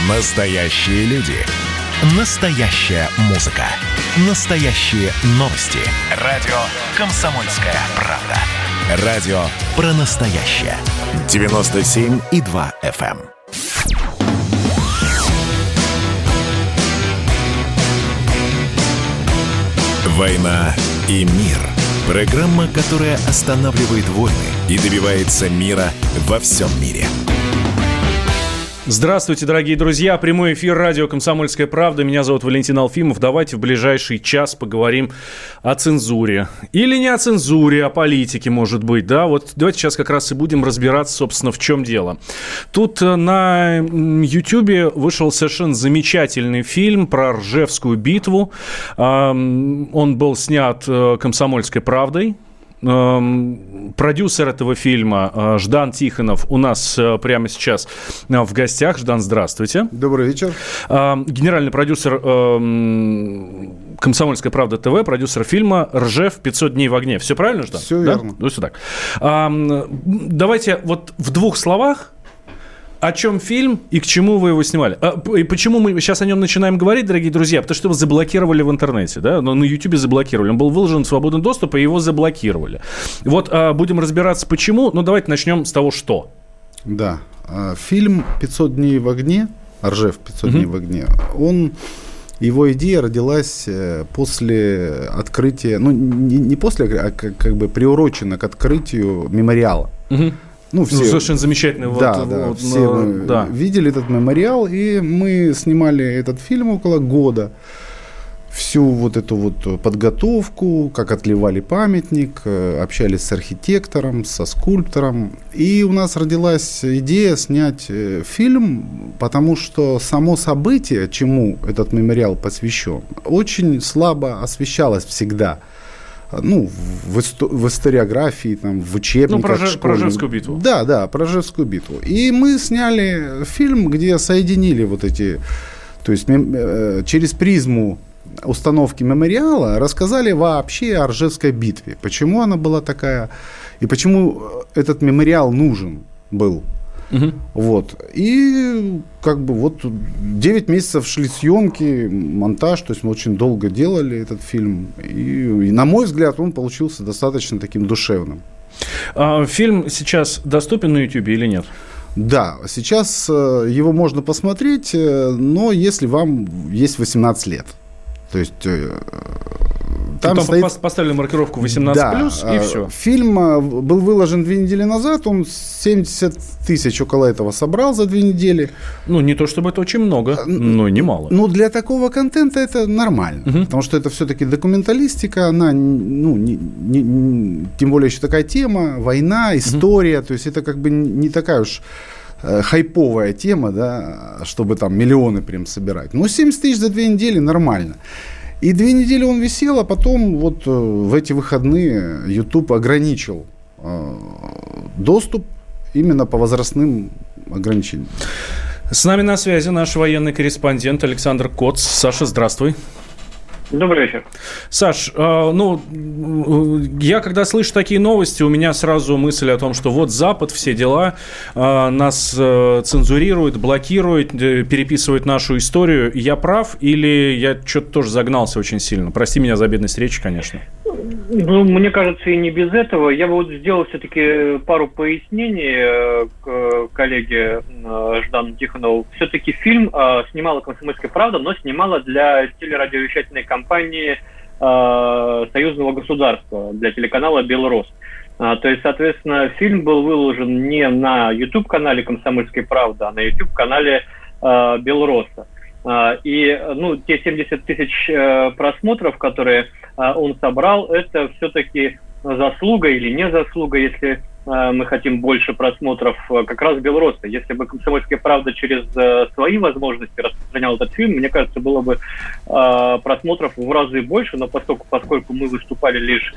Настоящие люди. Настоящая музыка. Настоящие новости. Радио «Комсомольская правда». Радио про настоящее. 97,2 FM. «Война и мир». Программа, которая останавливает войны и добивается мира во всем мире. Здравствуйте, дорогие друзья. Прямой эфир радио «Комсомольская правда». Меня зовут Валентин Алфимов. Давайте в ближайший час поговорим о цензуре. Или не о цензуре, о политике, может быть. Да? Вот давайте сейчас как раз и будем разбираться, собственно, в чем дело. Тут на Ютьюбе вышел совершенно замечательный фильм про Ржевскую битву. Он был снят «Комсомольской правдой». Продюсер этого фильма Ждан Тихонов у нас прямо сейчас в гостях. Ждан, здравствуйте. Добрый вечер. Генеральный продюсер «Комсомольская правда» ТВ, продюсер фильма «Ржев. 500 дней в огне». Все правильно, Ждан? Все верно. Да? Все так. Давайте вот в двух словах. О чем фильм и к чему вы его снимали? И почему мы сейчас о нем начинаем говорить, дорогие друзья? Потому что его заблокировали в интернете, да? На Ютубе заблокировали. Он был выложен в свободный доступ, и его заблокировали. Вот будем разбираться, почему. Ну, давайте начнем с того, что. Да. Фильм «500 дней в огне», «Ржев. 500 дней в огне», его идея родилась после открытия, ну, не после, а как бы приурочена к открытию мемориала. Ну, все, совершенно замечательный. Все видели этот мемориал, и мы снимали этот фильм около года. Всю вот эту вот подготовку, как отливали памятник, общались с архитектором, со скульптором. И у нас родилась идея снять фильм, потому что само событие, чему этот мемориал посвящен, очень слабо освещалось всегда. Ну, в историографии, там, в учебниках. Про Ржевскую битву. Да, про Ржевскую битву. И мы сняли фильм, где соединили вот эти, то есть через призму установки мемориала рассказали вообще о Ржевской битве. Почему она была такая, и почему этот мемориал нужен был. Вот. И как бы вот 9 месяцев шли съемки, монтаж, то есть мы очень долго делали этот фильм. И на мой взгляд, он получился достаточно таким душевным. Фильм сейчас доступен на YouTube или нет? Да, сейчас его можно посмотреть, но если вам есть 18 лет. То есть там поставили маркировку 18+, и все. Фильм был выложен 2 недели назад, он 70 тысяч около этого собрал за 2 недели. Ну, не то чтобы это очень много, но немало. Ну, для такого контента это нормально, потому что это все-таки документалистика, она, тем более еще такая тема, война, история, то есть это как бы не такая уж хайповая тема, да, чтобы там миллионы прям собирать. Но 70 тысяч за 2 недели нормально. И 2 недели он висел, а потом вот в эти выходные YouTube ограничил доступ именно по возрастным ограничениям. С нами на связи наш военный корреспондент Александр Коц. Саша, здравствуй. Добрый вечер. Саш, я когда слышу такие новости, у меня сразу мысль о том, что вот Запад, все дела, нас цензурирует, блокирует, переписывает нашу историю. Я прав или я что-то тоже загнался очень сильно? Прости меня за бедность речи, конечно. Ну, мне кажется, и не без этого. Я бы вот сделал все-таки пару пояснений к коллеге Ждану Тихонову. Все-таки фильм снимала «Комсомольская правда», но снимала для телерадиовещательной компании союзного государства, для телеканала «Белрос». То есть, соответственно, фильм был выложен не на YouTube-канале «Комсомольской правды», а на YouTube-канале «Белроса». И те 70 тысяч просмотров, которые он собрал, это все-таки заслуга или не заслуга, если мы хотим больше просмотров, как раз «Белроса». Если бы «Комсомольская правда» через свои возможности распространял этот фильм, мне кажется, было бы просмотров в разы больше, но поскольку мы выступали лишь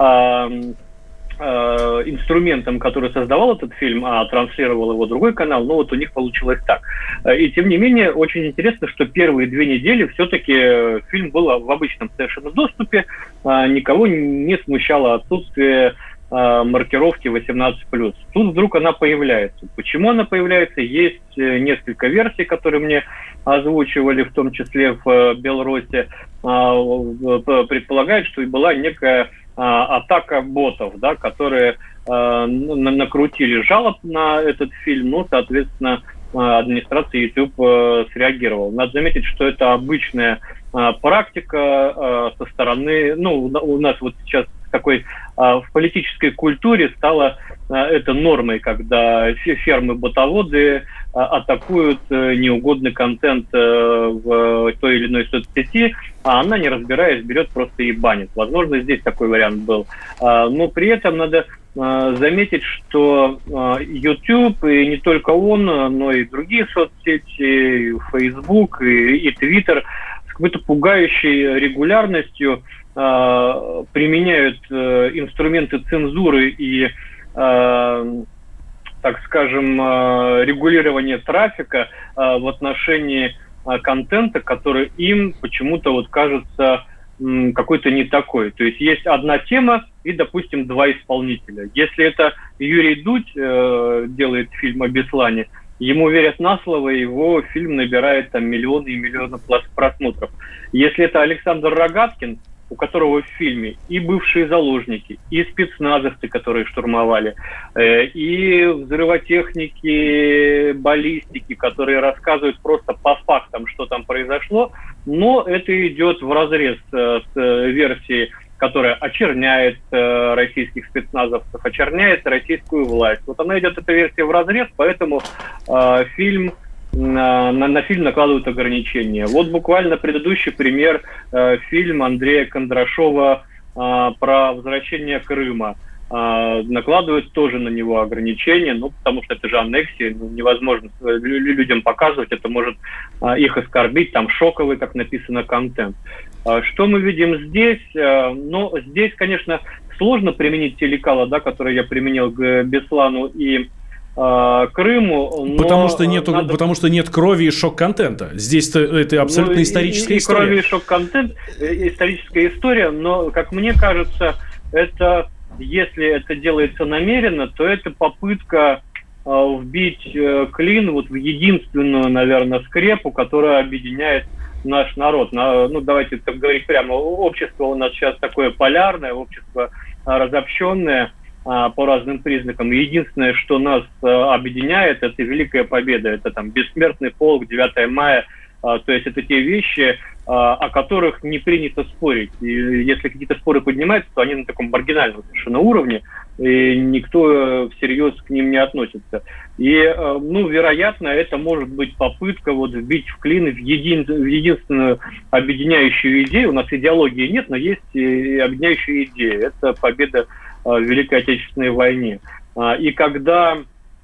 инструментом, который создавал этот фильм, а транслировал его другой канал, но вот у них получилось так. И тем не менее, очень интересно, что первые 2 недели все-таки фильм был в обычном совершенно доступе, никого не смущало отсутствие маркировки 18+. Тут вдруг она появляется. Почему она появляется? Есть несколько версий, которые мне озвучивали, в том числе в Беларуси. Предполагают, что и была некая атака ботов, да, которые накрутили жалоб на этот фильм, ну, соответственно, администрация YouTube среагировала. Надо заметить, что это обычная практика со стороны, ну, у нас вот сейчас такой в политической культуре стало это нормой, когда фермы-ботоводы атакуют неугодный контент в той или иной соцсети, а она, не разбираясь, берет просто и банит. Возможно, здесь такой вариант был. Но при этом надо заметить, что YouTube, и не только он, но и другие соцсети, и Facebook, и Twitter с какой-то пугающей регулярностью применяют инструменты цензуры и, так скажем, регулирования трафика в отношении контента, который им почему-то вот кажется какой-то не такой. То есть есть одна тема и, допустим, два исполнителя. Если это Юрий Дудь делает фильм о Беслане, ему верят на слово, его фильм набирает там миллионы и миллионы просмотров. Если это Александр Рогаткин, у которого в фильме и бывшие заложники, и спецназовцы, которые штурмовали, и взрывотехники, баллистики, которые рассказывают просто по фактам, что там произошло, но это идет вразрез с версией, которая очерняет российских спецназовцев, очерняет российскую власть. Вот она идет, эта версия, вразрез, поэтому фильм... На фильм накладывают ограничения. Вот буквально предыдущий пример, фильм Андрея Кондрашова про возвращение Крыма. Накладывают тоже на него ограничения, ну, потому что это же аннексия, невозможно людям показывать, это может их оскорбить, там шоковый, как написано, контент. Что мы видим здесь? Ну, здесь, конечно, сложно применить те лекала, да, которые я применил к Беслану и Крыму, но потому что нет крови и шок-контента. Здесь-то это абсолютно историческая история. Крови и шок-контент, историческая история, но, как мне кажется, это, если это делается намеренно, то это попытка вбить клин вот в единственную, наверное, скрепу, которая объединяет наш народ. Ну, давайте так говорить прямо, общество у нас сейчас такое полярное, общество разобщенное по разным признакам. Единственное, что нас объединяет, это Великая Победа. Это там бессмертный полк, 9 мая. То есть это те вещи, о которых не принято спорить. И если какие-то споры поднимаются, то они на таком маргинальном совершенно уровне, и никто всерьез к ним не относится. И, ну, вероятно, это может быть попытка вот вбить в клин в единственную объединяющую идею. У нас идеологии нет, но есть и объединяющая идея. Это победа в Великой Отечественной войне. И когда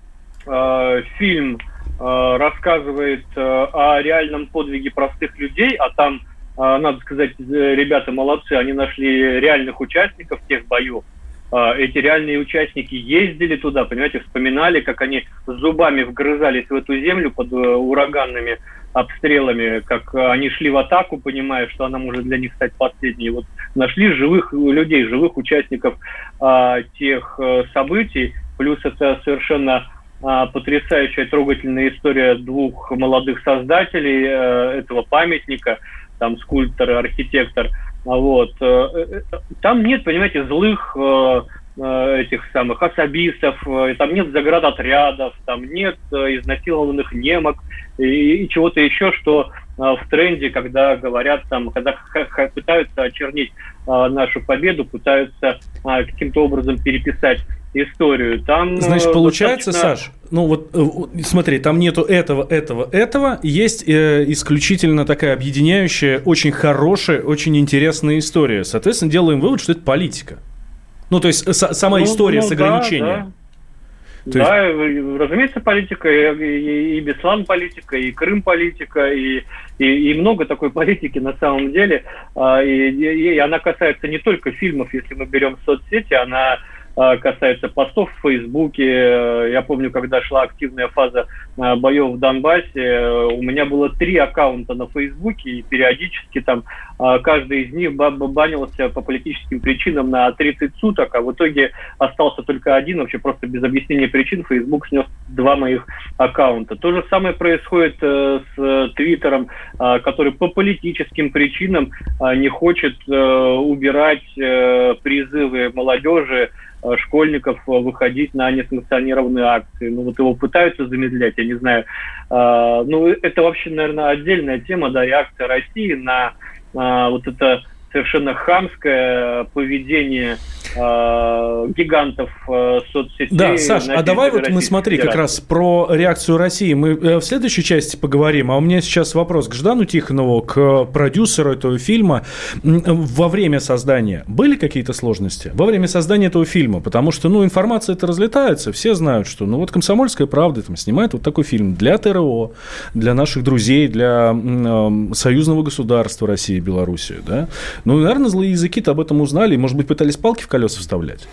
фильм рассказывает о реальном подвиге простых людей, а там, надо сказать, ребята молодцы, они нашли реальных участников тех боев. Эти реальные участники ездили туда, понимаете, вспоминали, как они зубами вгрызались в эту землю под ураганными обстрелами, как они шли в атаку, понимая, что она может для них стать последней. Вот нашли живых людей, живых участников тех событий, плюс это совершенно потрясающая, трогательная история двух молодых создателей этого памятника, там скульптор, архитектор. Вот. Там нет, понимаете, злых этих самых особистов, там нет заградотрядов, там нет изнасилованных немок и чего-то еще, что в тренде, когда говорят, там, когда пытаются очернить нашу победу, пытаются каким-то образом переписать историю. Там, значит, получается, Саш, ну вот смотри, там нету этого, есть исключительно такая объединяющая, очень хорошая, очень интересная история. Соответственно, делаем вывод, что это политика. Ну, то есть сама история с ограничением. Да, разумеется, политика, и Беслан политика, и Крым политика, и много такой политики на самом деле. И она касается не только фильмов, если мы берем соцсети, она касается постов в Фейсбуке. Я помню, когда шла активная фаза боев в Донбассе, у меня было 3 аккаунта на Фейсбуке, и периодически там каждый из них банился по политическим причинам на 30 суток, а в итоге остался только один, вообще просто без объяснения причин Фейсбук снес 2 моих аккаунта. То же самое происходит с Твиттером, который по политическим причинам не хочет убирать призывы молодежи, школьников выходить на несанкционированные акции. Ну, вот его пытаются замедлять, я не знаю. Ну, это вообще, наверное, отдельная тема, да, реакция России на вот это совершенно хамское поведение гигантов соцсетей. Да, Саш, а давай вот мы, смотри, как раз про реакцию России мы в следующей части поговорим, а у меня сейчас вопрос к Ждану Тихонову, к продюсеру этого фильма. Во время создания были какие-то сложности? Во время создания этого фильма? Потому что, ну, информация-то разлетается, все знают, что, ну, вот «Комсомольская правда» там снимает вот такой фильм для ТРО, для наших друзей, для союзного государства России и Белоруссии, да? Ну, наверное, злые языки-то об этом узнали и, может быть, пытались палки в колеса вставлять?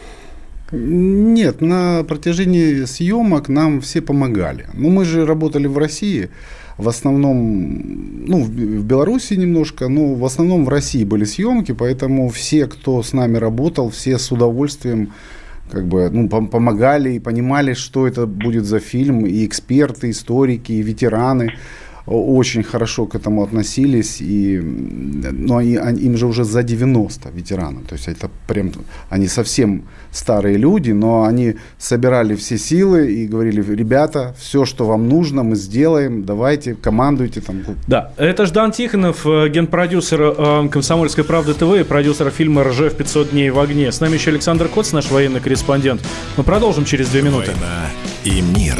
Нет, на протяжении съемок нам все помогали. Ну, мы же работали в России, в основном, ну, в Беларуси немножко, но в основном в России были съемки, поэтому все, кто с нами работал, все с удовольствием как бы, ну, помогали и понимали, что это будет за фильм, и эксперты, историки, и ветераны очень хорошо к этому относились, и, ну, им же уже за 90 ветеранам, то есть это прям, они совсем старые люди, но они собирали все силы и говорили: ребята, все, что вам нужно, мы сделаем, давайте, командуйте там. Да, это Ждан Тихонов, генпродюсер «Комсомольской правды ТВ» и продюсер фильма «Ржев. 500 дней в огне». С нами еще Александр Коц, наш военный корреспондент. Мы продолжим через 2 минуты. «Война и мир».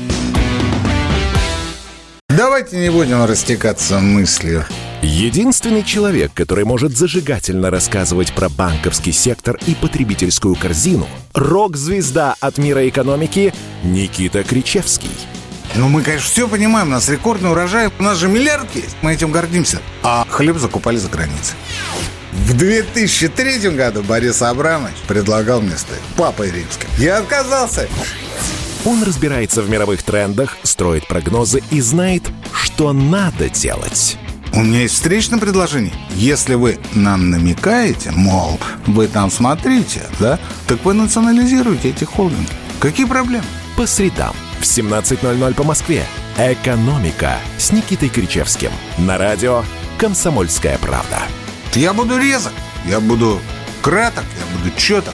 Давайте не будем растекаться мыслью. Единственный человек, который может зажигательно рассказывать про банковский сектор и потребительскую корзину – рок-звезда от мира экономики Никита Кричевский. Ну, мы, конечно, все понимаем, у нас рекордный урожай, у нас же миллиард есть, мы этим гордимся. А хлеб закупали за границей. В 2003 году Борис Абрамович предлагал мне стать папой римским. Я отказался. Он разбирается в мировых трендах, строит прогнозы и знает, что надо делать. У меня есть встречное предложение. Если вы нам намекаете, мол, вы там смотрите, да, так вы национализируете эти холдинги. Какие проблемы? По средам в 17:00 по Москве. «Экономика» с Никитой Кричевским. На радио «Комсомольская правда». Я буду резок, я буду краток, я буду чёток.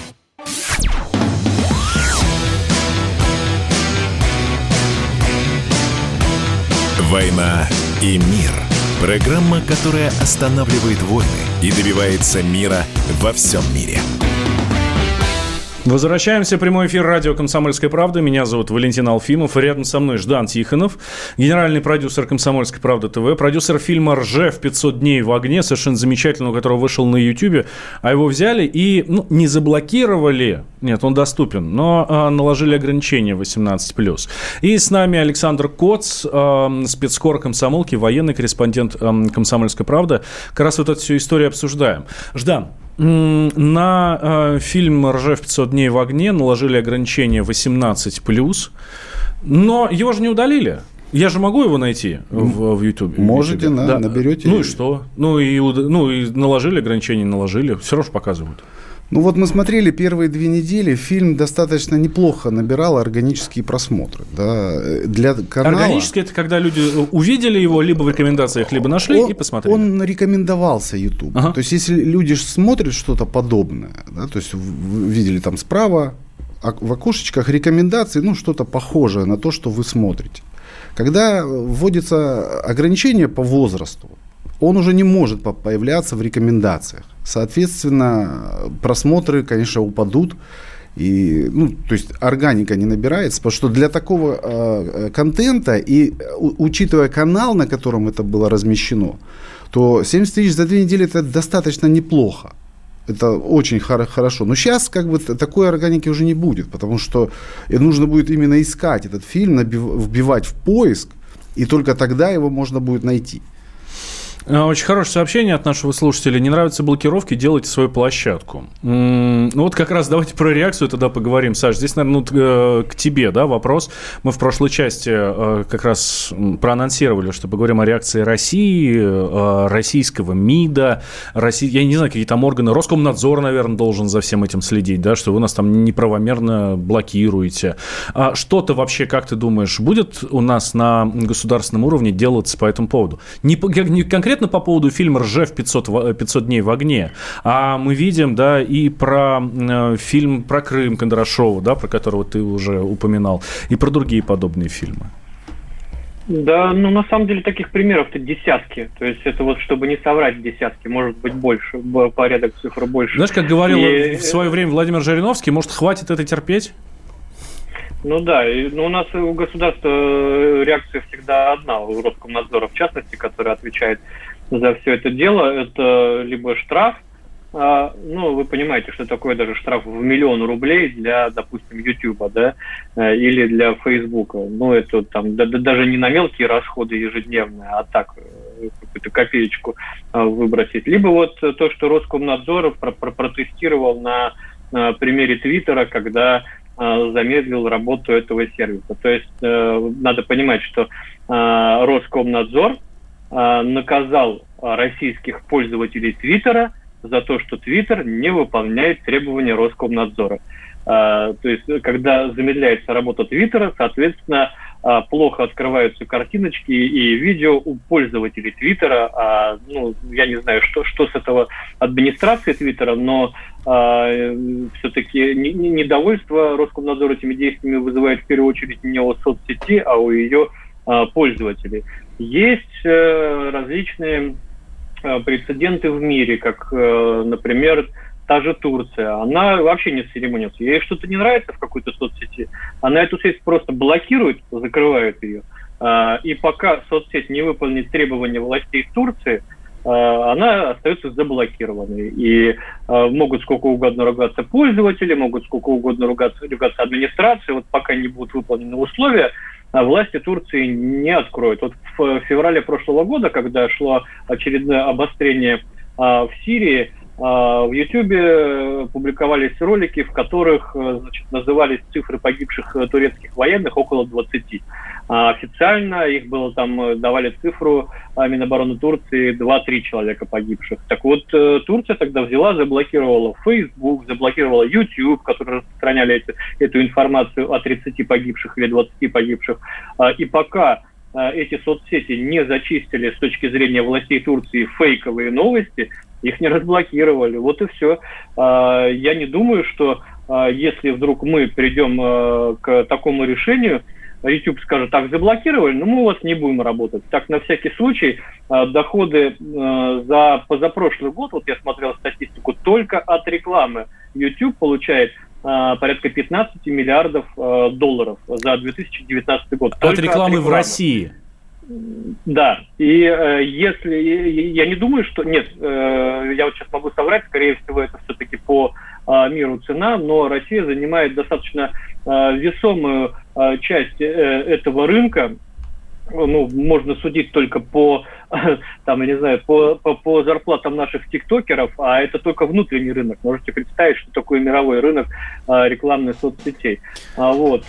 «Война и мир». Программа, которая останавливает войны и добивается мира во всем мире. Возвращаемся в прямой эфир радио «Комсомольская правда». Меня зовут Валентин Алфимов. Рядом со мной Ждан Тихонов, генеральный продюсер «Комсомольской правды ТВ», продюсер фильма «Ржев. 500 дней в огне», совершенно замечательного, который вышел на Ютьюбе. А его взяли и, ну, не заблокировали, нет, он доступен, но наложили ограничения 18+. И с нами Александр Коц, спецкор комсомолки, военный корреспондент «Комсомольской правды». Как раз вот эту всю историю обсуждаем. Ждан, на фильм «Ржев. 500 дней в огне» наложили ограничение 18+, но его же не удалили. Я же могу его найти в YouTube. Можете, да, наберете. Ну и что? Ну и наложили ограничения, наложили. Все равно показывают. Ну вот мы смотрели первые 2 недели, фильм достаточно неплохо набирал органические просмотры. Да, для канала... Органически это когда люди увидели его, либо в рекомендациях, либо нашли и посмотрели. Он рекомендовался YouTube. Ага. То есть если люди смотрят что-то подобное, да, то есть видели там справа в окошечках рекомендаций, ну что-то похожее на то, что вы смотрите. Когда вводится ограничение по возрасту, он уже не может появляться в рекомендациях. Соответственно, просмотры, конечно, упадут. И, ну, то есть органика не набирается, потому что для такого контента, и учитывая канал, на котором это было размещено, то 70 тысяч за 2 недели это достаточно неплохо. Это очень хорошо. Но сейчас как бы такой органики уже не будет, потому что нужно будет именно искать этот фильм, вбивать в поиск, и только тогда его можно будет найти. Очень хорошее сообщение от нашего слушателя. Не нравятся блокировки, делайте свою площадку. Ну вот как раз давайте про реакцию тогда поговорим. Саш, здесь, наверное, к тебе, да, вопрос. Мы в прошлой части как раз проанонсировали, что поговорим о реакции России, российского МИДа, я не знаю, какие там органы. Роскомнадзор, наверное, должен за всем этим следить, да, что вы нас там неправомерно блокируете. А что-то вообще, как ты думаешь, будет у нас на государственном уровне делаться по этому поводу? Не конкретно по поводу фильма «Ржев 500 дней в огне», а мы видим, да, и про фильм про Крым Кондрашова, да, про которого ты уже упоминал, и про другие подобные фильмы. Да, ну на самом деле таких примеров-то десятки. То есть это вот, чтобы не соврать, десятки, может быть больше, порядок цифр больше. Знаешь, как говорил в свое время Владимир Жириновский, может, хватит это терпеть? Ну да, у нас у государства реакция всегда одна, у Роскомнадзора в частности, который отвечает за все это дело, это либо штраф, ну вы понимаете, что такое даже штраф в 1 000 000 рублей для, допустим, Ютуба, да, или для Фейсбука, ну это там даже не на мелкие расходы ежедневные, а так какую-то копеечку выбросить, либо вот то, что Роскомнадзор протестировал на примере Твиттера, когда замедлил работу этого сервиса. То есть надо понимать, что Роскомнадзор наказал российских пользователей Твиттера за то, что Твиттер не выполняет требования Роскомнадзора. То есть, когда замедляется работа Твиттера, соответственно, плохо открываются картиночки и видео у пользователей Твиттера. Ну, я не знаю, что с этого администрации Твиттера, но все-таки недовольство Роскомнадзора этими действиями вызывает в первую очередь не у соцсети, а у ее пользователей. Есть различные прецеденты в мире, как, например, та же Турция. Она вообще не церемонится. Ей что-то не нравится в какой-то соцсети, она эту сеть просто блокирует, закрывает ее. И пока соцсеть не выполнит требования властей Турции, она остается заблокированной. И могут сколько угодно ругаться пользователи, могут сколько угодно ругаться администрация. Вот пока не будут выполнены условия, власти Турции не откроют. Вот в феврале прошлого года, когда шло очередное обострение в Сирии, в Ютубе публиковались ролики, в которых, значит, назывались цифры погибших турецких военных около 20. Официально их было там, давали цифру Минобороны Турции 2-3 человека погибших. Так вот, Турция тогда взяла, заблокировала Facebook, заблокировала YouTube, которые распространяли эту информацию о 30 погибших или 20 погибших. И пока эти соцсети не зачистили с точки зрения властей Турции фейковые новости, их не разблокировали. Вот и все. Я не думаю, что если вдруг мы придем к такому решению, YouTube скажет, так, заблокировали, но мы у вас не будем работать. Так, на всякий случай, доходы за позапрошлый год, вот я смотрел статистику, только от рекламы YouTube получает порядка 15 миллиардов долларов за 2019 год. От рекламы в России? Да, и если, я не думаю, что, нет, я вот сейчас могу соврать, скорее всего, это все-таки по миру цена, но Россия занимает достаточно весомую часть этого рынка. Ну, можно судить только по, там, я не знаю, по зарплатам наших тиктокеров, а это только внутренний рынок. Можете представить, что такое мировой рынок рекламных соцсетей. Вот.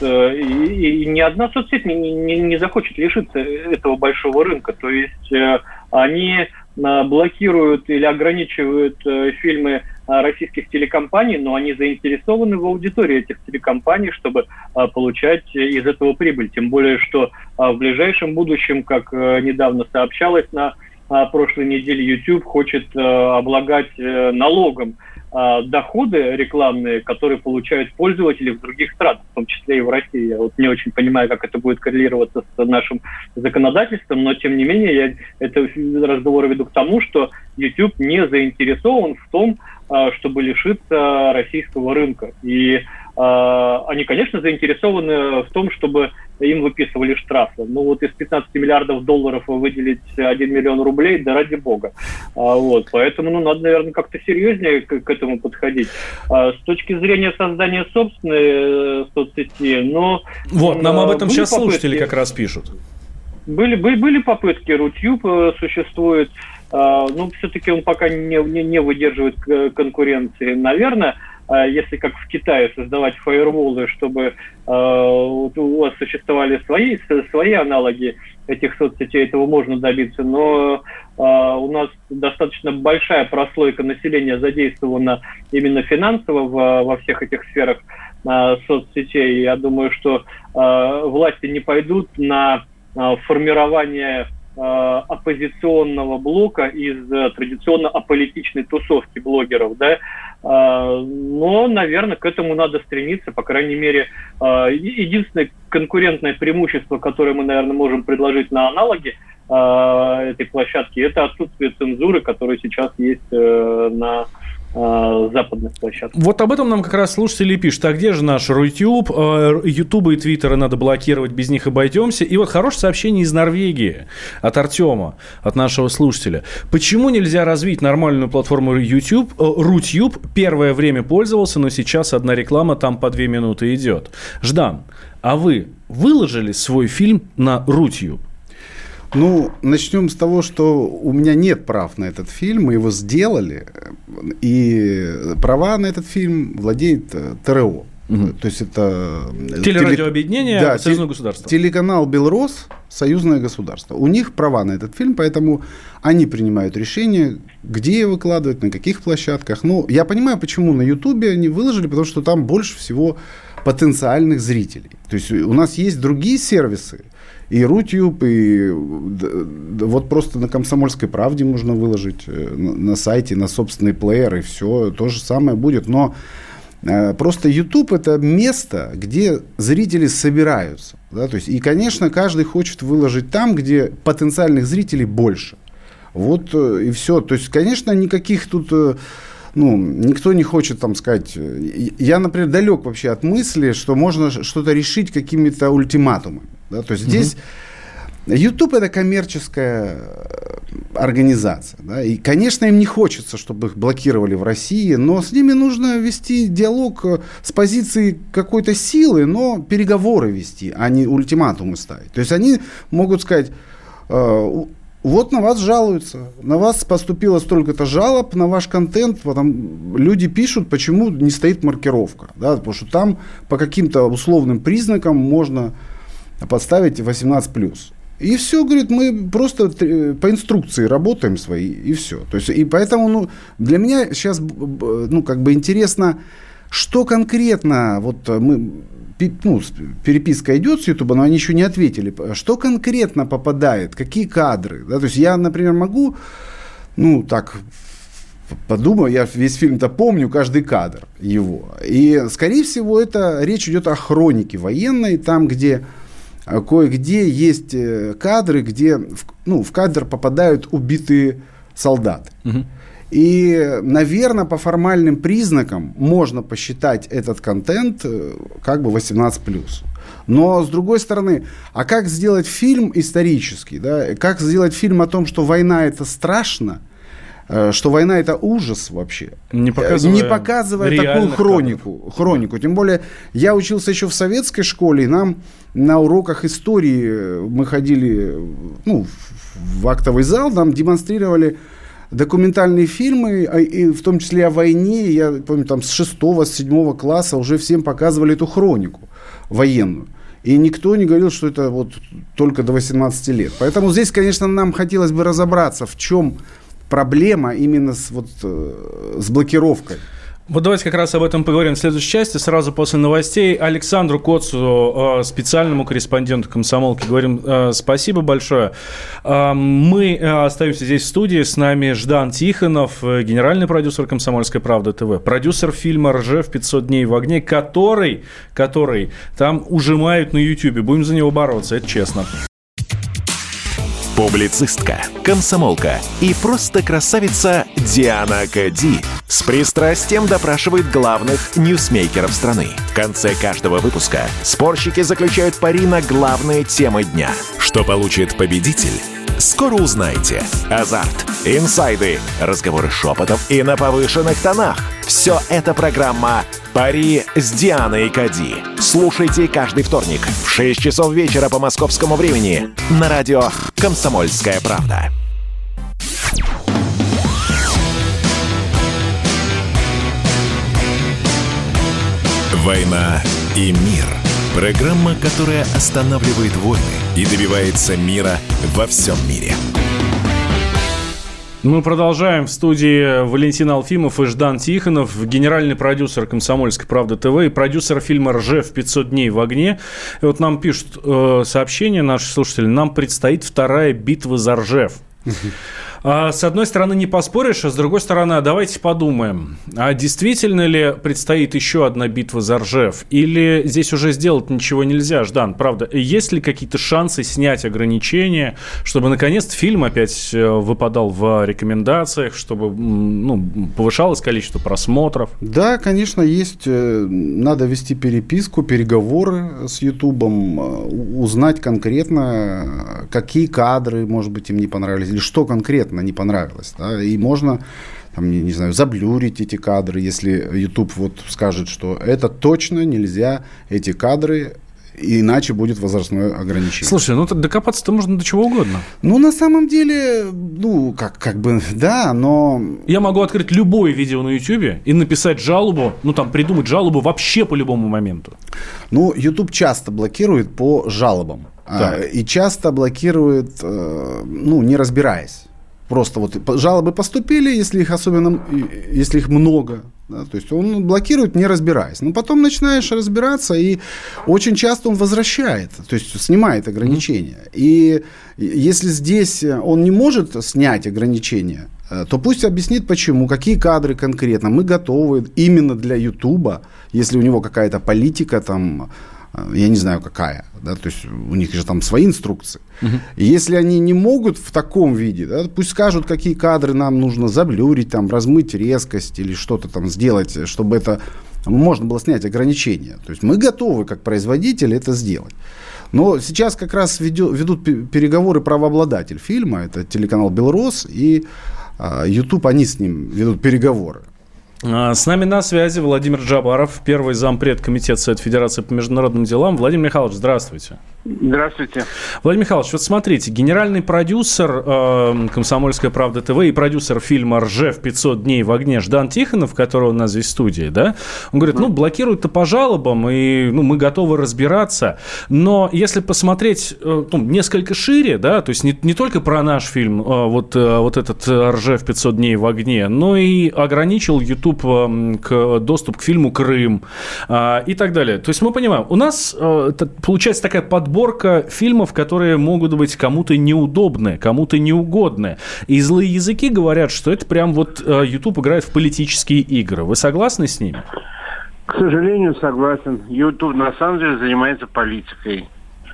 И ни одна соцсеть не захочет лишиться этого большого рынка. То есть они блокируют или ограничивают фильмы российских телекомпаний, но они заинтересованы в аудитории этих телекомпаний, чтобы получать из этого прибыль. Тем более, что в ближайшем будущем, как недавно сообщалось на прошлой неделе, YouTube хочет облагать налогом доходы рекламные, которые получают пользователи в других странах, в том числе и в России. Я вот не очень понимаю, как это будет коррелироваться с нашим законодательством, но тем не менее я это разговор веду к тому, что YouTube не заинтересован в том, чтобы лишиться российского рынка. И они, конечно, заинтересованы в том, чтобы им выписывали штрафы. Ну вот из 15 миллиардов долларов выделить 1 миллион рублей, да ради бога. Вот, поэтому надо, наверное, как-то серьезнее к этому подходить. С точки зрения создания собственной соцсети, но... Вот, нам об этом сейчас слушатели как раз пишут. Были попытки, Рутюб существует. все-таки он пока не выдерживает конкуренции. Наверное, если как в Китае создавать фаерволы, чтобы у вас существовали свои аналоги этих соцсетей, этого можно добиться, но у нас достаточно большая прослойка населения задействована именно финансово во всех этих сферах соцсетей. Я думаю, что власти не пойдут на формирование оппозиционного блока из традиционно аполитичной тусовки блогеров, да, но, наверное, к этому надо стремиться, по крайней мере, единственное конкурентное преимущество, которое мы, наверное, можем предложить на аналоге этой площадки, это отсутствие цензуры, которая сейчас есть на западных площадках. Вот об этом нам как раз слушатели пишут. А где же наш Рутюб? Ютубы и Твиттеры надо блокировать, без них обойдемся. И вот хорошее сообщение из Норвегии от Артема, от нашего слушателя. Почему нельзя развить нормальную платформу YouTube? Рутюб первое время пользовался, но сейчас одна реклама там по 2 минуты идет. Ждан, а вы выложили свой фильм на Рутюб? Ну, начнем с того, что у меня нет прав на этот фильм, мы его сделали, и права на этот фильм владеет ТРО. То есть это... Телерадиообъединение Союзного государства. Телеканал «Белрос», Союзное государство. У них права на этот фильм, поэтому они принимают решение, где выкладывать, на каких площадках. Ну, я понимаю, почему на Ютубе они выложили, потому что там больше всего потенциальных зрителей. То есть у нас есть другие сервисы, и Рутюб, и вот просто на «Комсомольской правде» можно выложить, на сайте, на собственный плеер, и все, то же самое будет. Но просто YouTube – это место, где зрители собираются. Да? То есть, и, конечно, каждый хочет выложить там, где потенциальных зрителей больше. Вот и все. То есть, конечно, никаких тут... никто не хочет там сказать... Я, например, далек вообще от мысли, что можно что-то решить какими-то ультиматумами. Да? То есть здесь YouTube – это коммерческая организация. Да? И, конечно, им не хочется, чтобы их блокировали в России, но с ними нужно вести диалог с позиции какой-то силы, но переговоры вести, а не ультиматумы ставить. То есть они могут сказать... Вот на вас жалуются, на вас поступило столько-то жалоб, на ваш контент, потом люди пишут, почему не стоит маркировка, да, потому что там по каким-то условным признакам можно поставить 18+. И все, говорит, мы просто по инструкции работаем свои, и все. То есть, и поэтому для меня сейчас интересно, что конкретно, вот мы... переписка идет с Ютуба, но они еще не ответили. Что конкретно попадает? Какие кадры? Да, то есть я, например, могу, подумаю, я весь фильм-то помню, каждый кадр его. И, скорее всего, речь идет о хронике военной, там, где кое-где есть кадры, где в кадр попадают убитые солдаты. Угу. И, наверное, по формальным признакам можно посчитать этот контент как бы 18+. Но, с другой стороны, а как сделать фильм исторический? Да? Как сделать фильм о том, что война – это страшно, что война – это ужас вообще, не показывая такую хронику. Тем более, я учился еще в советской школе, и нам на уроках истории мы ходили в актовый зал, нам демонстрировали документальные фильмы, и в том числе о войне. Я помню, там с 6-7 класса уже всем показывали эту хронику военную. И никто не говорил, что это вот только до 18 лет. Поэтому здесь, конечно, нам хотелось бы разобраться, в чем проблема именно с блокировкой. Вот давайте как раз об этом поговорим в следующей части, сразу после новостей. Александру Коцу, специальному корреспонденту «Комсомолки», говорим спасибо большое. Мы остаемся здесь в студии. С нами Ждан Тихонов, генеральный продюсер «Комсомольской правды ТВ», продюсер фильма «Ржев. 500 дней в огне», который там ужимают на Ютьюбе. Будем за него бороться, это честно. Публицистка, комсомолка и просто красавица Диана Кади с пристрастием допрашивает главных ньюсмейкеров страны. В конце каждого выпуска спорщики заключают пари на главные темы дня. Что получит победитель? Скоро узнаете. Азарт, инсайды, разговоры шепотов и на повышенных тонах. Все это программа «Пари с Дианой Кади». Слушайте каждый вторник в 6 часов вечера по московскому времени на радио «Комсомольская правда». «Война и мир». Программа, которая останавливает войны и добивается мира во всем мире. Мы продолжаем. В студии Валентин Алфимов и Ждан Тихонов, генеральный продюсер «Комсомольской правды ТВ» и продюсер фильма «Ржев. 500 дней в огне». И вот нам пишут сообщения наши слушатели. Нам предстоит вторая битва за Ржев. С одной стороны, не поспоришь, а с другой стороны, давайте подумаем, а действительно ли предстоит еще одна битва за Ржев? Или здесь уже сделать ничего нельзя, Ждан? Правда, есть ли какие-то шансы снять ограничения, чтобы, наконец, фильм опять выпадал в рекомендациях, чтобы повышалось количество просмотров? Да, конечно, есть. Надо вести переписку, переговоры с Ютубом, узнать конкретно, какие кадры, может быть, им не понравились, или что конкретно не понравилось, да? И можно, там, не знаю, заблюрить эти кадры, если YouTube вот скажет, что это точно нельзя, эти кадры, иначе будет возрастное ограничение. Слушай, докопаться-то можно до чего угодно. На самом деле, да, но... Я могу открыть любое видео на YouTube и написать жалобу, придумать жалобу вообще по любому моменту. YouTube часто блокирует по жалобам. И часто блокирует, не разбираясь. Просто вот жалобы поступили, если их много, да, то есть он блокирует, не разбираясь. Но потом начинаешь разбираться, и очень часто он возвращает, то есть снимает ограничения. И если здесь он не может снять ограничения, то пусть объяснит, почему, какие кадры конкретно. Мы готовы именно для Ютуба, если у него какая-то политика там, я не знаю какая, да, то есть у них же там свои инструкции. И если они не могут в таком виде, да, пусть скажут, какие кадры нам нужно заблюрить, там, размыть резкость или что-то там сделать, чтобы это можно было снять ограничения. То есть мы готовы, как производители, это сделать. Но сейчас как раз ведут переговоры правообладатель фильма, это телеканал «Белрос», и YouTube, они с ним ведут переговоры. С нами на связи Владимир Джабаров, первый зампред Комитета Совета Федерации по международным делам. Владимир Михайлович, здравствуйте. Здравствуйте. Владимир Михайлович, вот смотрите, генеральный продюсер «Комсомольская правда ТВ» и продюсер фильма «Ржев. 500 дней в огне» Ждан Тихонов, который у нас здесь в студии, да, он говорит, блокируют-то по жалобам, и мы готовы разбираться, но если посмотреть несколько шире, да, то есть не только про наш фильм, вот этот «Ржев. 500 дней в огне», но и ограничил YouTube доступ к фильму «Крым» и так далее. То есть мы понимаем, у нас получается такая подборка фильмов, которые могут быть кому-то неудобны, кому-то неугодны. И злые языки говорят, что это прям YouTube играет в политические игры. Вы согласны с ними? К сожалению, согласен. YouTube на самом деле занимается политикой.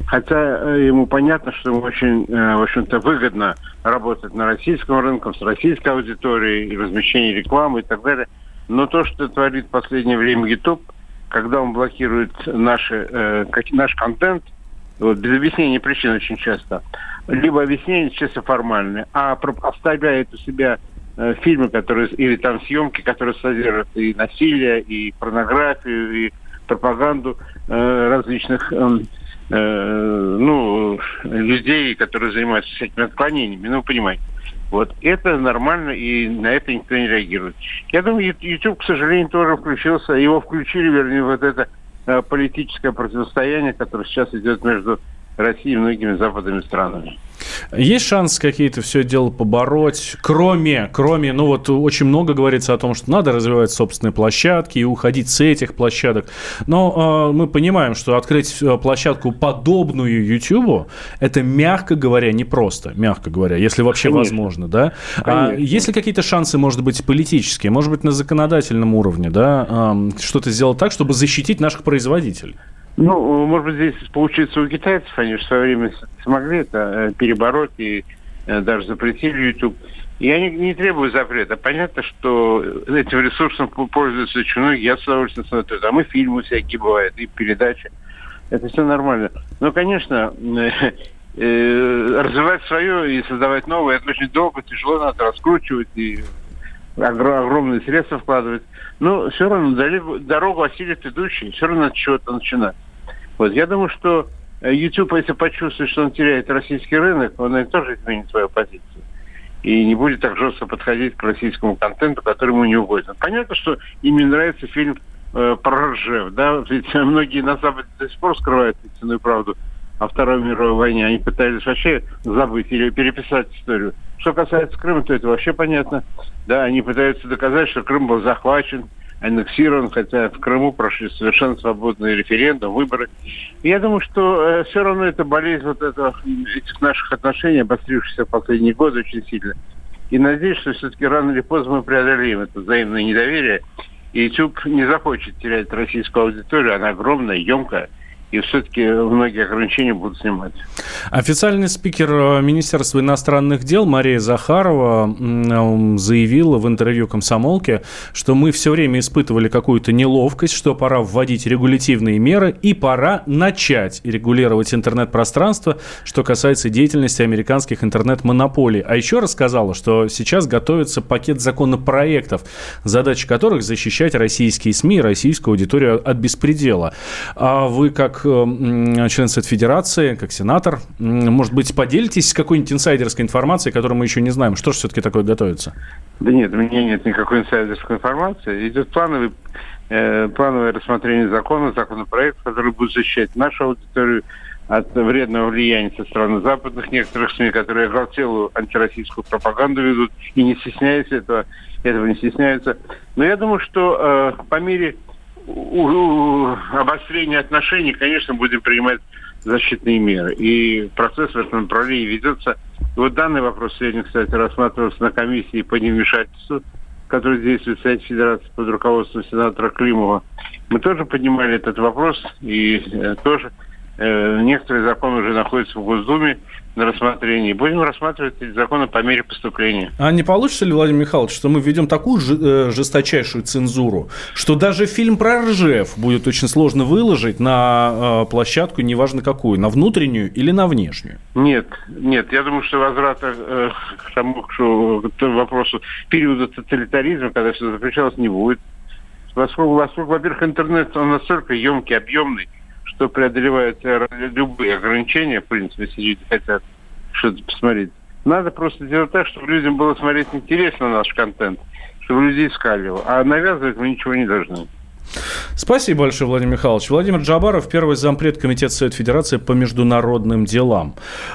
Хотя ему понятно, что ему очень, в общем-то, выгодно работать на российском рынке, с российской аудиторией, и размещение рекламы и так далее. Но то, что творит в последнее время YouTube, когда он блокирует наш контент, без объяснения причин очень часто, либо объяснение чисто формальное, а оставляет у себя фильмы, или там съемки, которые содержат и насилие, и порнографию, и пропаганду различных людей, которые занимаются всякими отклонениями. Вы понимаете. Вот это нормально, и на это никто не реагирует. Я думаю, YouTube, к сожалению, тоже включился. Его включили, вернее, вот это политическое противостояние, которое сейчас идет между Россией и многими западными странами. Есть шанс какие-то все это дело побороть, кроме, очень много говорится о том, что надо развивать собственные площадки и уходить с этих площадок. Но мы понимаем, что открыть площадку, подобную YouTube, это, мягко говоря, непросто, если вообще возможно, да? Есть ли какие-то шансы, может быть, политические, может быть, на законодательном уровне, да, что-то сделать так, чтобы защитить наших производителей? Может быть, здесь получится у китайцев, они же в свое время смогли это перебороть и даже запретили YouTube. Я не требую запрета. Понятно, что этим ресурсом пользуются очень многие. Я с удовольствием смотрю. Там и фильмы всякие бывают, и передачи. Это все нормально. Но, конечно, развивать свое и создавать новое, это очень долго, тяжело, надо раскручивать и огромные средства вкладывать. Но все равно дорогу осилит идущий. Все равно надо чего-то начинать. Вот. Я думаю, что YouTube, если почувствует, что он теряет российский рынок, он тоже изменит свою позицию. И не будет так жестко подходить к российскому контенту, который ему не угоден. Понятно, что им не нравится фильм про Ржев, да, ведь многие на Западе до сих пор скрывают истинную правду о Второй мировой войне. Они пытались вообще забыть или переписать историю. Что касается Крыма, то это вообще понятно. Да, они пытаются доказать, что Крым был захвачен, аннексирован, хотя в Крыму прошли совершенно свободные референдумы, выборы. И я думаю, что все равно это болезнь этих наших отношений, обострившихся в последние годы очень сильно. И надеюсь, что все-таки рано или поздно мы преодолеем это взаимное недоверие. И YouTube не захочет терять российскую аудиторию, она огромная, емкая. И все-таки многие ограничения будут снимать. Официальный спикер Министерства иностранных дел Мария Захарова заявила в интервью «Комсомолке», что мы все время испытывали какую-то неловкость, что пора вводить регулятивные меры и пора начать регулировать интернет-пространство, что касается деятельности американских интернет-монополий. А еще рассказала, что сейчас готовится пакет законопроектов, задача которых защищать российские СМИ и российскую аудиторию от беспредела. А вы как член Совет-Федерации, как сенатор, может быть, поделитесь какой-нибудь инсайдерской информацией, которую мы еще не знаем? Что же все-таки такое готовится? Да нет, у меня нет никакой инсайдерской информации. Идет плановое рассмотрение законопроектов, который будет защищать нашу аудиторию от вредного влияния со стороны западных некоторых СМИ, которые оголтелую антироссийскую пропаганду ведут и не стесняются этого не стесняются. Но я думаю, что по мере обострения отношений, конечно, будем принимать защитные меры. И процесс в этом направлении ведется. И вот данный вопрос сегодня, кстати, рассматривался на комиссии по невмешательству, который действует в Совете Федерации под руководством сенатора Климова. Мы тоже поднимали этот вопрос, и тоже некоторые законы уже находятся в Госдуме на рассмотрении. Будем рассматривать эти законы по мере поступления. А не получится ли, Владимир Михайлович, что мы введем такую жесточайшую цензуру, что даже фильм про Ржев будет очень сложно выложить на площадку, неважно какую, на внутреннюю или на внешнюю? Нет. Я думаю, что возврата к тому вопросу периода тоталитаризма, когда все запрещалось, не будет. Поскольку, во-первых, интернет, он настолько емкий, объемный, что преодолевает любые ограничения, в принципе, если люди хотят что-то посмотреть. Надо просто делать так, чтобы людям было смотреть интересно наш контент, чтобы люди искали его. А навязывать мы ничего не должны. Спасибо большое, Владимир Михайлович. Владимир Джабаров, первый зампред Комитета Совета Федерации по международным делам.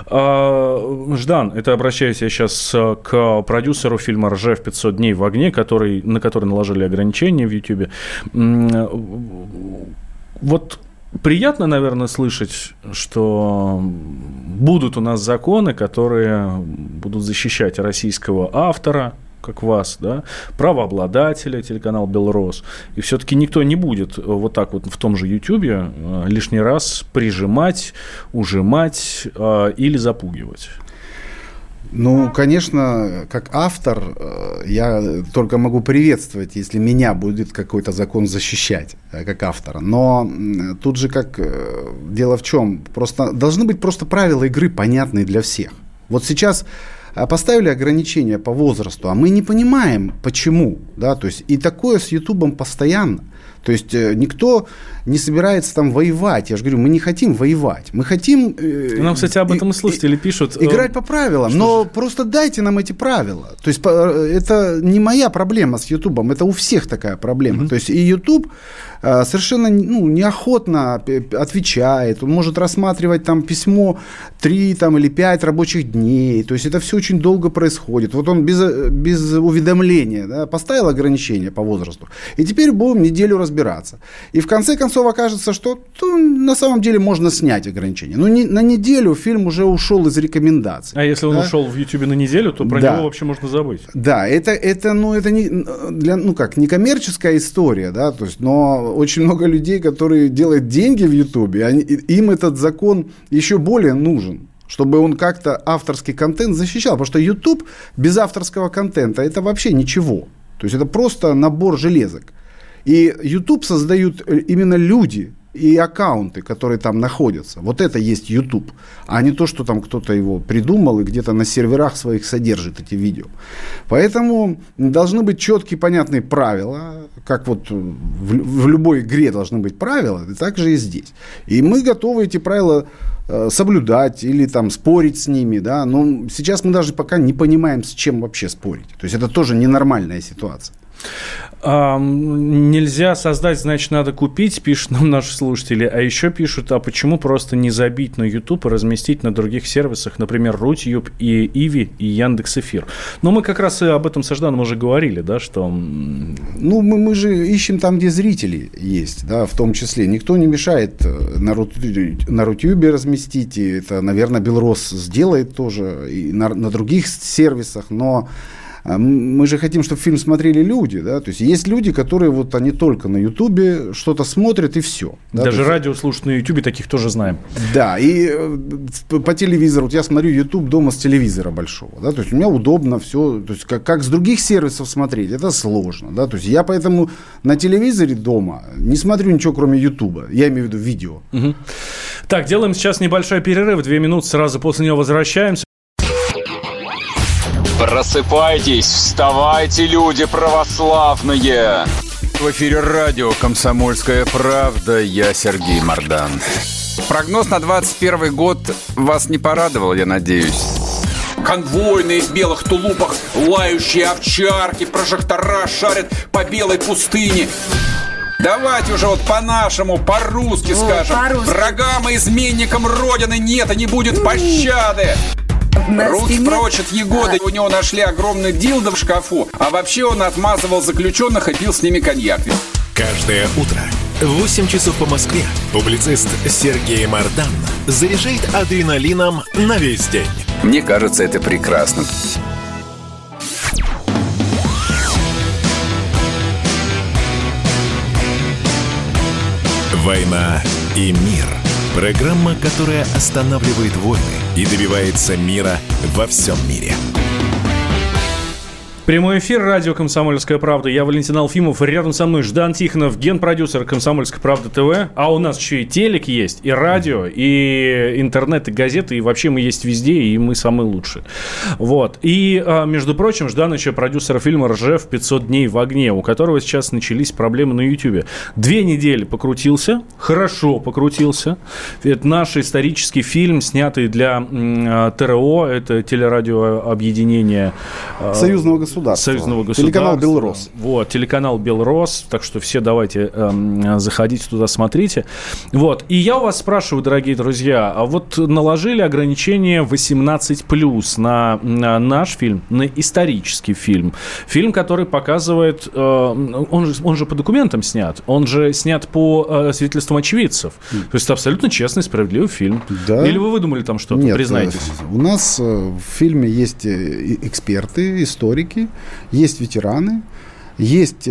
Ждан, это обращаюсь я сейчас к продюсеру фильма «Ржев. 500 дней в огне», на который наложили ограничения в Ютьюбе. Вот приятно, наверное, слышать, что будут у нас законы, которые будут защищать российского автора, как вас, да, правообладателя, телеканал «Белрос». И все-таки никто не будет вот так вот в том же Ютьюбе лишний раз прижимать, ужимать или запугивать. Ну, конечно, как автор я только могу приветствовать, если меня будет какой-то закон защищать, как автора. Но тут же как дело в чем? Должны быть просто правила игры понятные для всех. Вот сейчас поставили ограничения по возрасту, а мы не понимаем, почему. Да? То есть, и такое с Ютубом постоянно. То есть никто не собирается там воевать. Я же говорю, мы не хотим воевать. Мы хотим... Нам, кстати, об этом и слушатели пишут. Играть по правилам. Но просто дайте нам эти правила. То есть это не моя проблема с Ютубом. Это у всех такая проблема. То есть и Ютуб совершенно неохотно отвечает. Он может рассматривать там письмо 3 там, или 5 рабочих дней. То есть это все очень долго происходит. Вот он без уведомления, да, поставил ограничения по возрасту. И теперь будем неделю разбираться. И в конце концов окажется, что на самом деле можно снять ограничения. Но на неделю фильм уже ушел из рекомендаций. А если он ушел в Ютубе на неделю, то про него вообще можно забыть. Да, это не коммерческая история, да, то есть, но очень много людей, которые делают деньги в Ютубе, им этот закон еще более нужен, чтобы он как-то авторский контент защищал. Потому что YouTube без авторского контента это вообще ничего. То есть это просто набор железок. И YouTube создают именно люди и аккаунты, которые там находятся. Вот это есть YouTube, а не то, что там кто-то его придумал и где-то на серверах своих содержит эти видео. Поэтому должны быть четкие, понятные правила, как вот в любой игре должны быть правила, и так же и здесь. И мы готовы эти правила соблюдать или там спорить с ними, да, но сейчас мы даже пока не понимаем, с чем вообще спорить. То есть это тоже ненормальная ситуация. Нельзя создать, значит, надо купить, пишут нам наши слушатели. А еще пишут, а почему просто не забить на YouTube и разместить на других сервисах, например, Рутюб и Иви и Яндекс.Эфир. Но мы как раз и об этом с Жданом уже говорили, да, что... Ну, мы же ищем там, где зрители есть, да, в том числе. Никто не мешает на Рутюбе разместить, и это, наверное, Белрос сделает тоже, и на других сервисах, но... Мы же хотим, чтобы фильм смотрели люди, да, то есть есть люди, которые вот они только на Ютубе что-то смотрят и все. Да? Даже радио слушают на Ютубе, таких тоже знаем. Да, и по телевизору, вот я смотрю Ютуб дома с телевизора большого, да, то есть у меня удобно все, то есть как с других сервисов смотреть, это сложно, да, то есть я поэтому на телевизоре дома не смотрю ничего, кроме Ютуба, я имею в виду видео. Угу. Так, делаем сейчас небольшой перерыв, 2 минуты, сразу после него возвращаемся. Просыпайтесь, вставайте, люди православные! В эфире радио «Комсомольская правда», я Сергей Мордан. Прогноз на 21 год вас не порадовал, я надеюсь. Конвойные в белых тулупах, лающие овчарки, прожектора шарят по белой пустыне. Давайте уже вот по-нашему, по-русски скажем. По-русски. Врагам и изменникам Родины нет и не будет пощады. Руки прочь от Егоды. У него нашли огромный дилдо в шкафу. А вообще он отмазывал заключенных и пил с ними коньяк. Каждое утро в 8 часов по Москве публицист Сергей Мордан заряжает адреналином на весь день. Мне кажется, это прекрасно. «Война и мир». Программа, которая останавливает войны и добивается мира во всем мире. Прямой эфир, радио «Комсомольская правда». Я Валентин Алфимов. Рядом со мной Ждан Тихонов, генпродюсер «Комсомольской правды ТВ». А у нас еще и телек есть, и радио, и интернет, и газеты. И вообще мы есть везде, и мы самые лучшие. Вот. И, между прочим, Ждан еще продюсер фильма «Ржев. 500 дней в огне», у которого сейчас начались проблемы на Ютьюбе. 2 недели покрутился, хорошо покрутился. Это наш исторический фильм, снятый для ТРО, это телерадиообъединение Союзного государства. Телеканал «Белрос». Вот, телеканал «Белрос». Так что все давайте заходите туда, смотрите. Вот. И я у вас спрашиваю, дорогие друзья, а вот наложили ограничение 18+, на наш фильм, на исторический фильм. Фильм, который показывает... Он же по документам снят. Он же снят по свидетельствам очевидцев. То есть это абсолютно честный, справедливый фильм. Да. Или вы выдумали там что-то? Нет, признайтесь. У нас в фильме есть эксперты, историки, есть ветераны, есть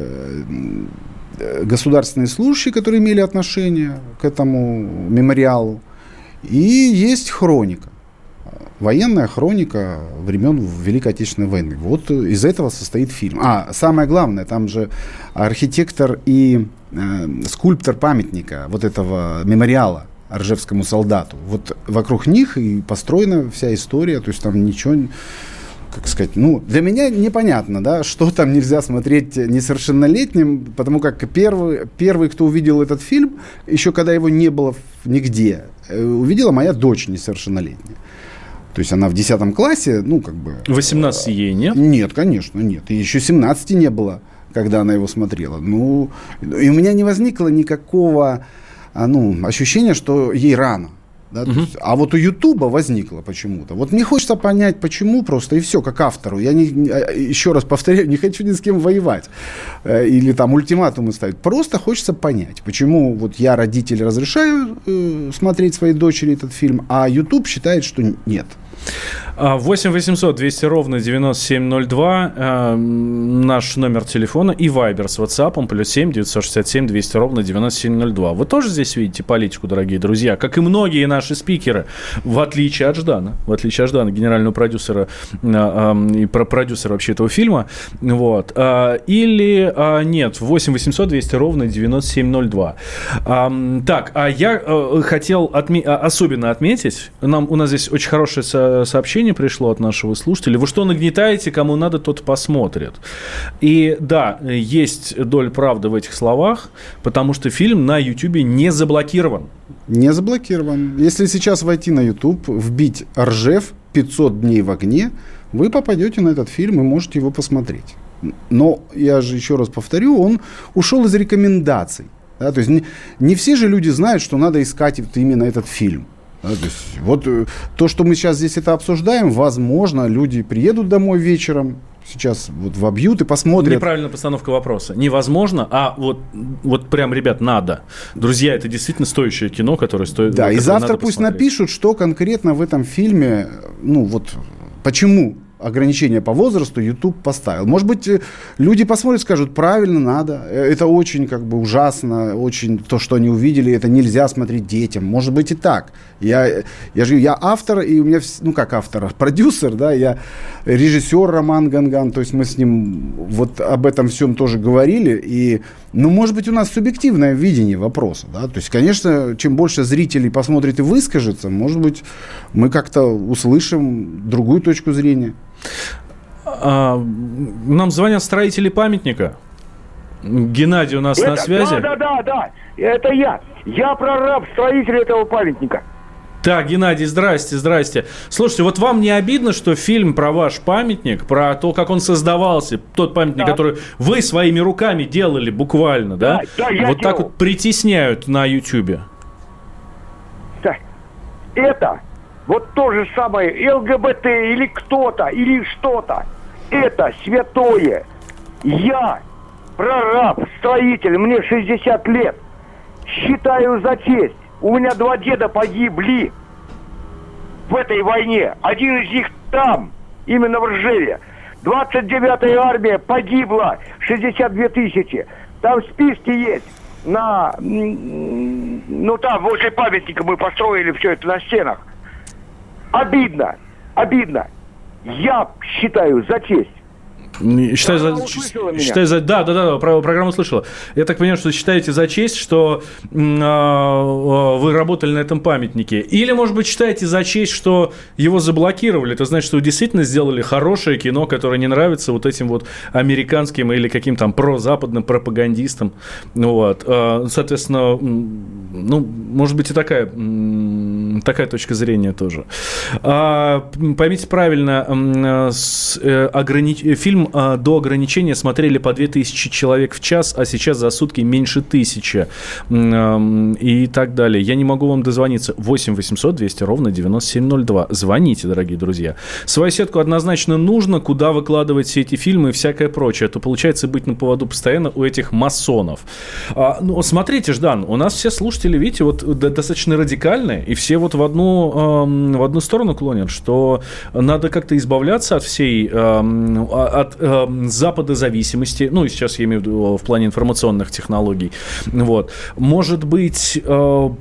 государственные служащие, которые имели отношение к этому мемориалу, и есть хроника, военная хроника времен Великой Отечественной войны. Вот из этого состоит фильм. А самое главное, там же архитектор и скульптор памятника вот этого мемориала Ржевскому солдату. Вот вокруг них и построена вся история, то есть там ничего... Как сказать, ну, для меня непонятно, да, что там нельзя смотреть несовершеннолетним, потому как первый, кто увидел этот фильм, еще когда его не было нигде, увидела моя дочь несовершеннолетняя. То есть она в 10 классе, ну, как бы... 18 ей, нет? Нет, конечно, нет. И еще 17 не было, когда она его смотрела. Ну, и у меня не возникло никакого, ощущения, что ей рано. Да, есть, а вот у Ютуба возникло почему-то. Вот мне хочется понять, почему просто, и все, как автору. Я еще раз повторяю, не хочу ни с кем воевать или там ультиматумы ставить. Просто хочется понять, почему вот я, родитель, разрешаю смотреть своей дочери этот фильм, а Ютуб считает, что нет. 8 800 200 ровно 9702 наш номер телефона и Вайбер с WhatsApp +7 967 200 ровно 9702. Вы тоже здесь видите политику, дорогие друзья, как и многие наши спикеры, в отличие от Ждана, генерального продюсера и продюсера вообще этого фильма. Вот. Или нет, 8 800 200 ровно 9702. Так, а я хотел особенно отметить, у нас здесь очень хорошее сообщение пришло от нашего слушателя. Вы что нагнетаете, кому надо, тот посмотрит. И да, есть доля правды в этих словах, потому что фильм на Ютьюбе не заблокирован. Не заблокирован. Если сейчас войти на Ютуб, вбить «Ржев. 500 дней в огне», вы попадете на этот фильм и можете его посмотреть. Но, я же еще раз повторю, он ушел из рекомендаций. Да? То есть не все же люди знают, что надо искать вот именно этот фильм. Да? То есть, вот то, что мы сейчас здесь это обсуждаем, возможно, люди приедут домой вечером, сейчас вот вобьют и посмотрят. Неправильная постановка вопроса. Невозможно, а вот прям, ребят, надо. Друзья, это действительно стоящее кино, которое стоит... Да, и завтра пусть напишут, что конкретно в этом фильме, ну вот, почему ограничения по возрасту YouTube поставил. Может быть, люди посмотрят, скажут, правильно, надо. Это очень как бы ужасно, очень то, что они увидели, это нельзя смотреть детям. Может быть и так. Я автор, и у меня, ну как автор, продюсер, да, я режиссер Роман Ганган, то есть мы с ним вот об этом всем тоже говорили, и, ну, может быть, у нас субъективное видение вопроса, да, то есть, конечно, чем больше зрителей посмотрит и выскажется, может быть, мы как-то услышим другую точку зрения. Нам звонят строители памятника. Геннадий у нас на связи. Да, это я. Я прораб, строитель этого памятника. Так, Геннадий, здрасте. Слушайте, вот вам не обидно, что фильм про ваш памятник, про то, как он создавался, тот памятник, который вы своими руками делали буквально, да? Да, я вот делал. Так вот притесняют на Ютьюбе. Да. Это вот то же самое ЛГБТ или кто-то, или что-то. Это святое. Я прораб, строитель, мне 60 лет. Считаю за честь. У меня 2 деда погибли в этой войне. Один из них там, именно в Ржеве. 29-я армия погибла, 62 тысячи. Там списки есть. Ну там, возле памятника мы построили все это на стенах. Обидно. Я считаю за честь. Да, программу слышала. Я так понимаю, что считаете за честь, что вы работали на этом памятнике. Или, может быть, считаете за честь, что его заблокировали. Это значит, что вы действительно сделали хорошее кино, которое не нравится вот этим вот американским или каким-то там прозападным пропагандистам. Вот. Соответственно, ну, может быть, и такая точка зрения тоже. Поймите правильно, фильм до ограничения смотрели по 2000 человек в час, а сейчас за сутки меньше 1000 и так далее. Я не могу вам дозвониться. 8 800 200 ровно 9702. Звоните, дорогие друзья. Свою сетку однозначно нужно, куда выкладывать все эти фильмы и всякое прочее. А то получается быть на поводу постоянно у этих масонов. Ну, смотрите, Ждан, у нас все слушатели, видите, вот достаточно радикальные, и все вот в одну сторону клонят, что надо как-то избавляться от всей от западозависимости, ну, и сейчас я имею в виду в плане информационных технологий. Вот. Может быть, у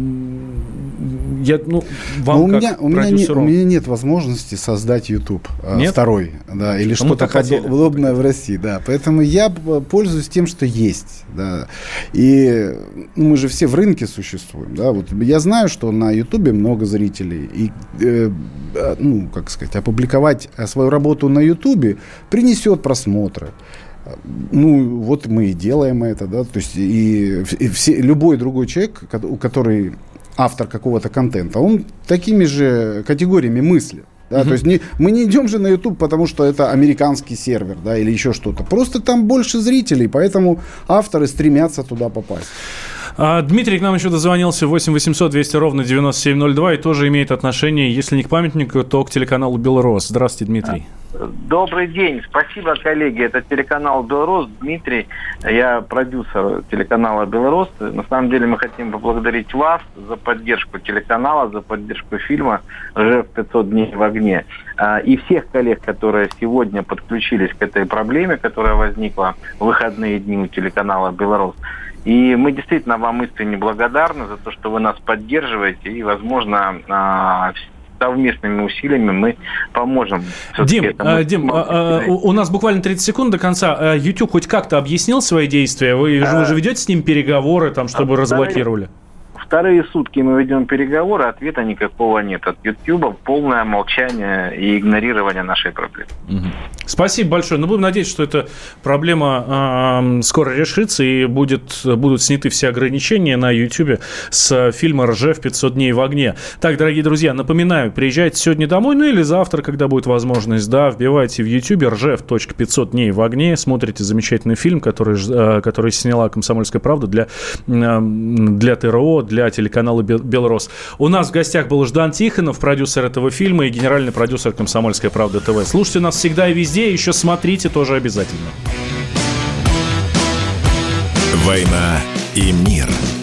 меня нет возможности создать YouTube второй, да, или что-то подобное в России, да. Поэтому я пользуюсь тем, что есть, да. И мы же все в рынке существуем, да. Вот я знаю, что на YouTube много зрителей, и опубликовать свою работу на YouTube принесет просмотры. Ну, вот мы и делаем это, да, то есть любой другой человек, который автор какого-то контента, он такими же категориями мыслит. Да, то есть мы не идем же на YouTube, потому что это американский сервер, да, или еще что-то. Просто там больше зрителей, поэтому авторы стремятся туда попасть. Дмитрий к нам еще дозвонился. 8 800 200 ровно 9702 и тоже имеет отношение, если не к памятнику, то к телеканалу «Белрос». Здравствуйте, Дмитрий. Добрый день. Спасибо, коллеги. Это телеканал «Белрос». Дмитрий, я продюсер телеканала «Белрос». На самом деле мы хотим поблагодарить вас за поддержку телеканала, за поддержку фильма «Ржев 500 дней в огне». И всех коллег, которые сегодня подключились к этой проблеме, которая возникла в выходные дни у телеканала «Белрос». И мы действительно вам искренне благодарны за то, что вы нас поддерживаете, и, возможно, совместными усилиями мы поможем. Дим, у нас буквально 30 секунд до конца. YouTube хоть как-то объяснил свои действия? Вы же ведете с ним переговоры, там, чтобы разблокировали? Вторые сутки мы ведем переговоры, ответа никакого нет. От YouTube полное молчание и игнорирование нашей проблемы. Спасибо большое. Но будем надеяться, что эта проблема скоро решится и будут сняты все ограничения на YouTube с фильма «Ржев. 500 дней в огне». Так, дорогие друзья, напоминаю, приезжайте сегодня домой, ну или завтра, когда будет возможность, да, вбивайте в YouTube «Ржев. 500 дней в огне», смотрите замечательный фильм, который сняла «Комсомольская правда» для ТРО, для телеканала «Белрос». У нас в гостях был Ждан Тихонов, продюсер этого фильма и генеральный продюсер «Комсомольская правда» ТВ. Слушайте нас всегда и везде, еще смотрите тоже обязательно. «Война и мир».